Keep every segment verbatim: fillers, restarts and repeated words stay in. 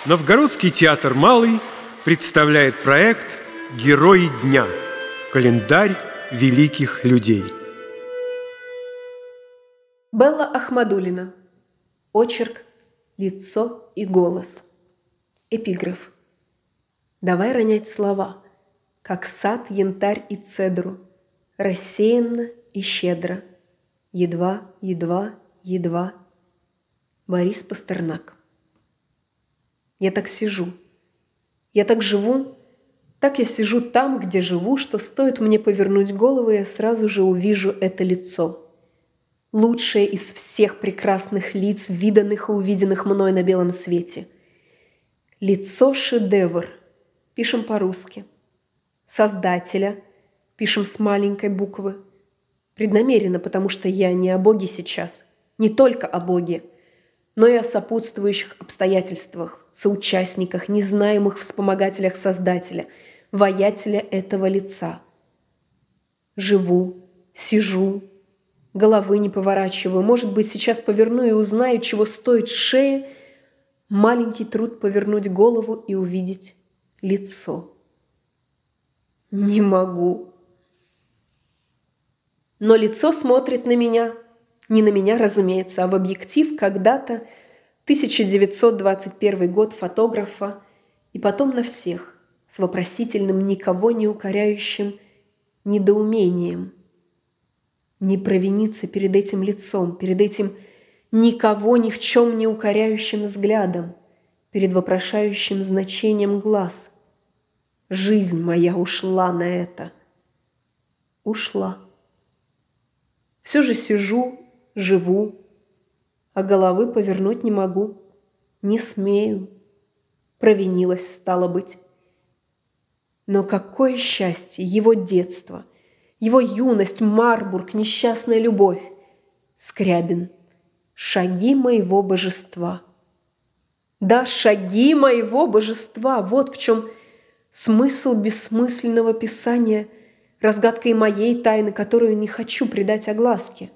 Новгородский театр «Малый» представляет проект «Герои дня. Календарь великих людей». Белла Ахмадуллина. Очерк «Лицо и голос». Эпиграф. Давай ронять слова, как сад, янтарь и цедру, рассеянно и щедро, едва, едва, едва. Борис Пастернак. Я так сижу, я так живу, так я сижу там, где живу, что стоит мне повернуть голову, я сразу же увижу это лицо. Лучшее из всех прекрасных лиц, виданных и увиденных мной на белом свете. Лицо-шедевр, пишем по-русски. Создателя, пишем с маленькой буквы. Преднамеренно, потому что я не о Боге сейчас, не только о Боге, но и о сопутствующих обстоятельствах, соучастниках, незнаемых вспомогателях Создателя, воятеля этого лица. Живу, сижу, головы не поворачиваю. Может быть, сейчас поверну и узнаю, чего стоит шее. Маленький труд повернуть голову и увидеть лицо. Не могу. Но лицо смотрит на меня. Не на меня, разумеется, а в объектив когда-то, тысяча девятьсот двадцать первый год, фотографа, и потом на всех, с вопросительным, никого не укоряющим недоумением. Не провиниться перед этим лицом, перед этим никого ни в чем не укоряющим взглядом, перед вопрошающим значением глаз. Жизнь моя ушла на это. Ушла. Все же сижу, живу, а головы повернуть не могу, не смею. Провинилась, стало быть. Но какое счастье, его детство, его юность, Марбург, несчастная любовь, Скрябин, шаги моего божества. Да, шаги моего божества, вот в чем смысл бессмысленного писания, разгадка и моей тайны, которую не хочу придать огласке.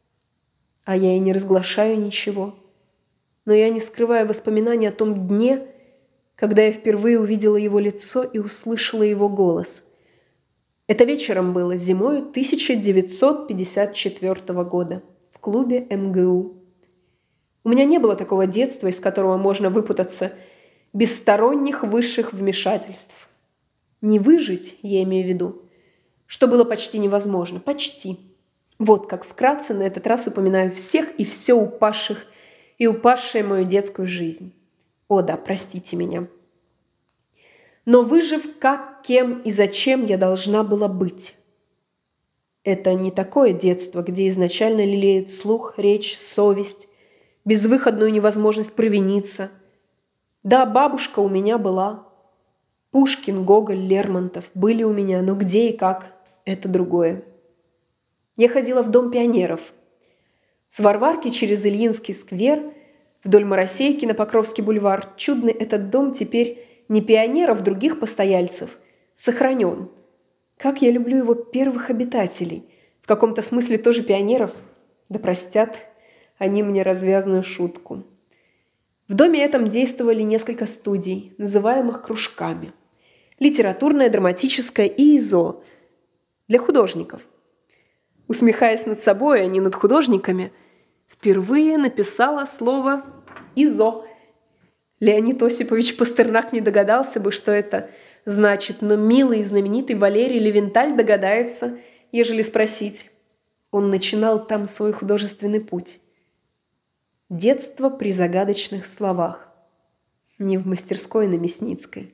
А я и не разглашаю ничего. Но я не скрываю воспоминаний о том дне, когда я впервые увидела его лицо и услышала его голос. Это вечером было, зимою тысяча девятьсот пятьдесят четвёртого года, в клубе эм гэ у. У меня не было такого детства, из которого можно выпутаться без сторонних высших вмешательств. Не выжить, я имею в виду, что было почти невозможно. Почти. Вот как вкратце на этот раз упоминаю всех и все упавших и упавшие мою детскую жизнь. О да, простите меня. Но выжив, как, кем и зачем я должна была быть. Это не такое детство, где изначально лелеют слух, речь, совесть, безвыходную невозможность провиниться. Да, бабушка у меня была. Пушкин, Гоголь, Лермонтов были у меня, но где и как – это другое. Я ходила в Дом пионеров. С Варварки через Ильинский сквер, вдоль Моросейки на Покровский бульвар. Чудный этот дом теперь не пионеров, других постояльцев, сохранен. Как я люблю его первых обитателей. В каком-то смысле тоже пионеров. Да простят они мне развязную шутку. В доме этом действовали несколько студий, называемых кружками. Литературная, драматическая и ИЗО для художников. Усмехаясь над собой, а не над художниками, впервые написала слово «ИЗО». Леонид Осипович Пастернак не догадался бы, что это значит, но милый и знаменитый Валерий Левенталь догадается, ежели спросить. Он начинал там свой художественный путь. Детство при загадочных словах. Не в мастерской на Мясницкой.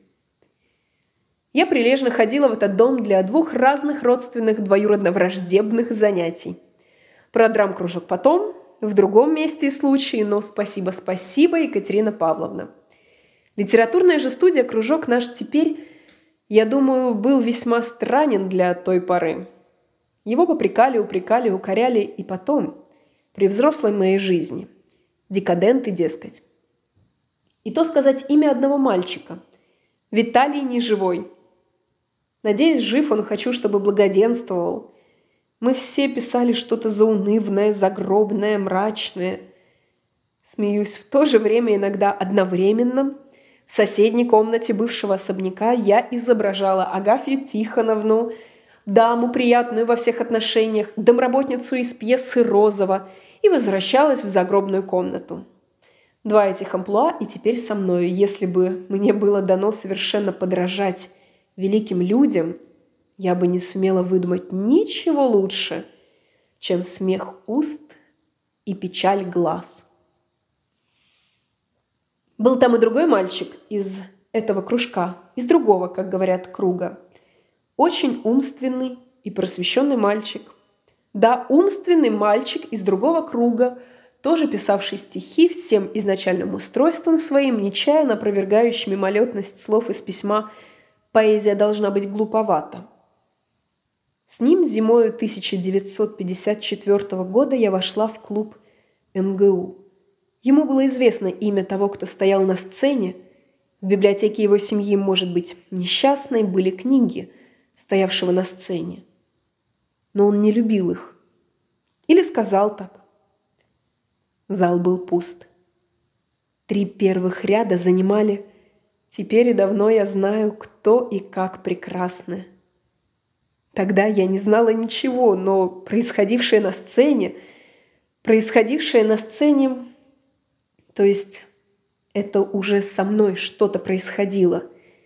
Я прилежно ходила в этот дом для двух разных родственных двоюродно-враждебных занятий. Про драм-кружок потом, в другом месте и случае, но спасибо-спасибо, Екатерина Павловна. Литературная же студия, кружок наш теперь, я думаю, был весьма странен для той поры. Его попрекали, упрекали, укоряли и потом, при взрослой моей жизни. Декаденты, дескать. И то сказать имя одного мальчика. Виталий Неживой. Надеюсь, жив он, хочу, чтобы благоденствовал. Мы все писали что-то заунывное, загробное, мрачное. Смеюсь, в то же время иногда одновременно В соседней комнате бывшего особняка я изображала Агафью Тихоновну, даму приятную во всех отношениях, домработницу из пьесы «Розова», и возвращалась в загробную комнату. Два этих амплуа и теперь со мною. Если бы мне было дано совершенно подражать великим людям, я бы не сумела выдумать ничего лучше, чем смех уст и печаль глаз. Был там и другой мальчик из этого кружка, из другого, как говорят, круга. Очень умственный и просвещенный мальчик. Да, умственный мальчик из другого круга, тоже писавший стихи всем изначальным устройством своим, нечаянно опровергающий мимолетность слов из письма «Поэзия должна быть глуповата». С ним зимою тысяча девятьсот пятьдесят четвёртого года я вошла в клуб эм гэ у. Ему было известно имя того, кто стоял на сцене. В библиотеке его семьи, может быть, несчастной, были книги стоявшего на сцене. Но он не любил их. Или сказал так. Зал был пуст. Три первых ряда занимали «Теперь и давно я знаю, кто и как прекрасны». Тогда я не знала ничего, но происходившее на сцене, происходившее на сцене, то есть это уже со мной что-то происходило.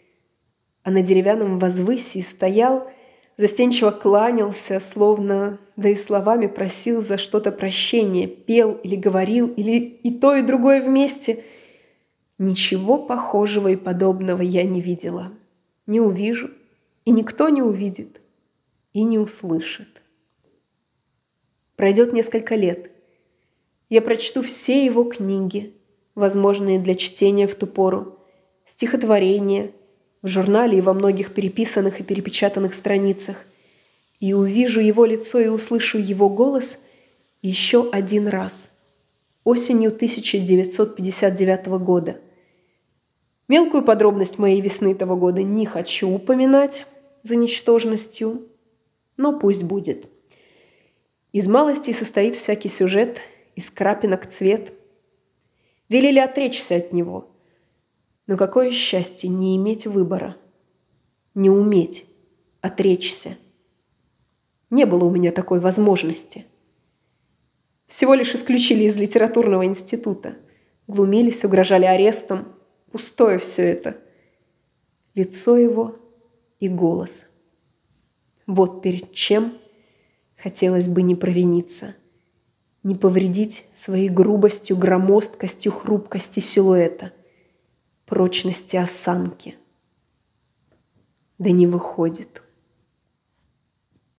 А на деревянном возвысии стоял, застенчиво кланялся, словно, да и словами просил за что-то прощения, пел или говорил, или и то, и другое вместе. Ничего похожего и подобного я не видела, не увижу, и никто не увидит и не услышит. Пройдет несколько лет. Я прочту все его книги, возможные для чтения в ту пору, стихотворения, в журнале и во многих переписанных и перепечатанных страницах, и увижу его лицо и услышу его голос еще один раз, осенью тысяча девятьсот пятьдесят девятого года. Мелкую подробность моей весны того года не хочу упоминать за ничтожностью, но пусть будет. Из малостей состоит всякий сюжет, из крапинок цвет. Велели отречься от него. Но какое счастье не иметь выбора, не уметь отречься. Не было у меня такой возможности. Всего лишь исключили из литературного института. Глумились, угрожали арестом. Пустое все это. Лицо его и голос. Вот перед чем хотелось бы не провиниться, не повредить своей грубостью, громоздкостью, хрупкости силуэта, прочности осанки. Да не выходит.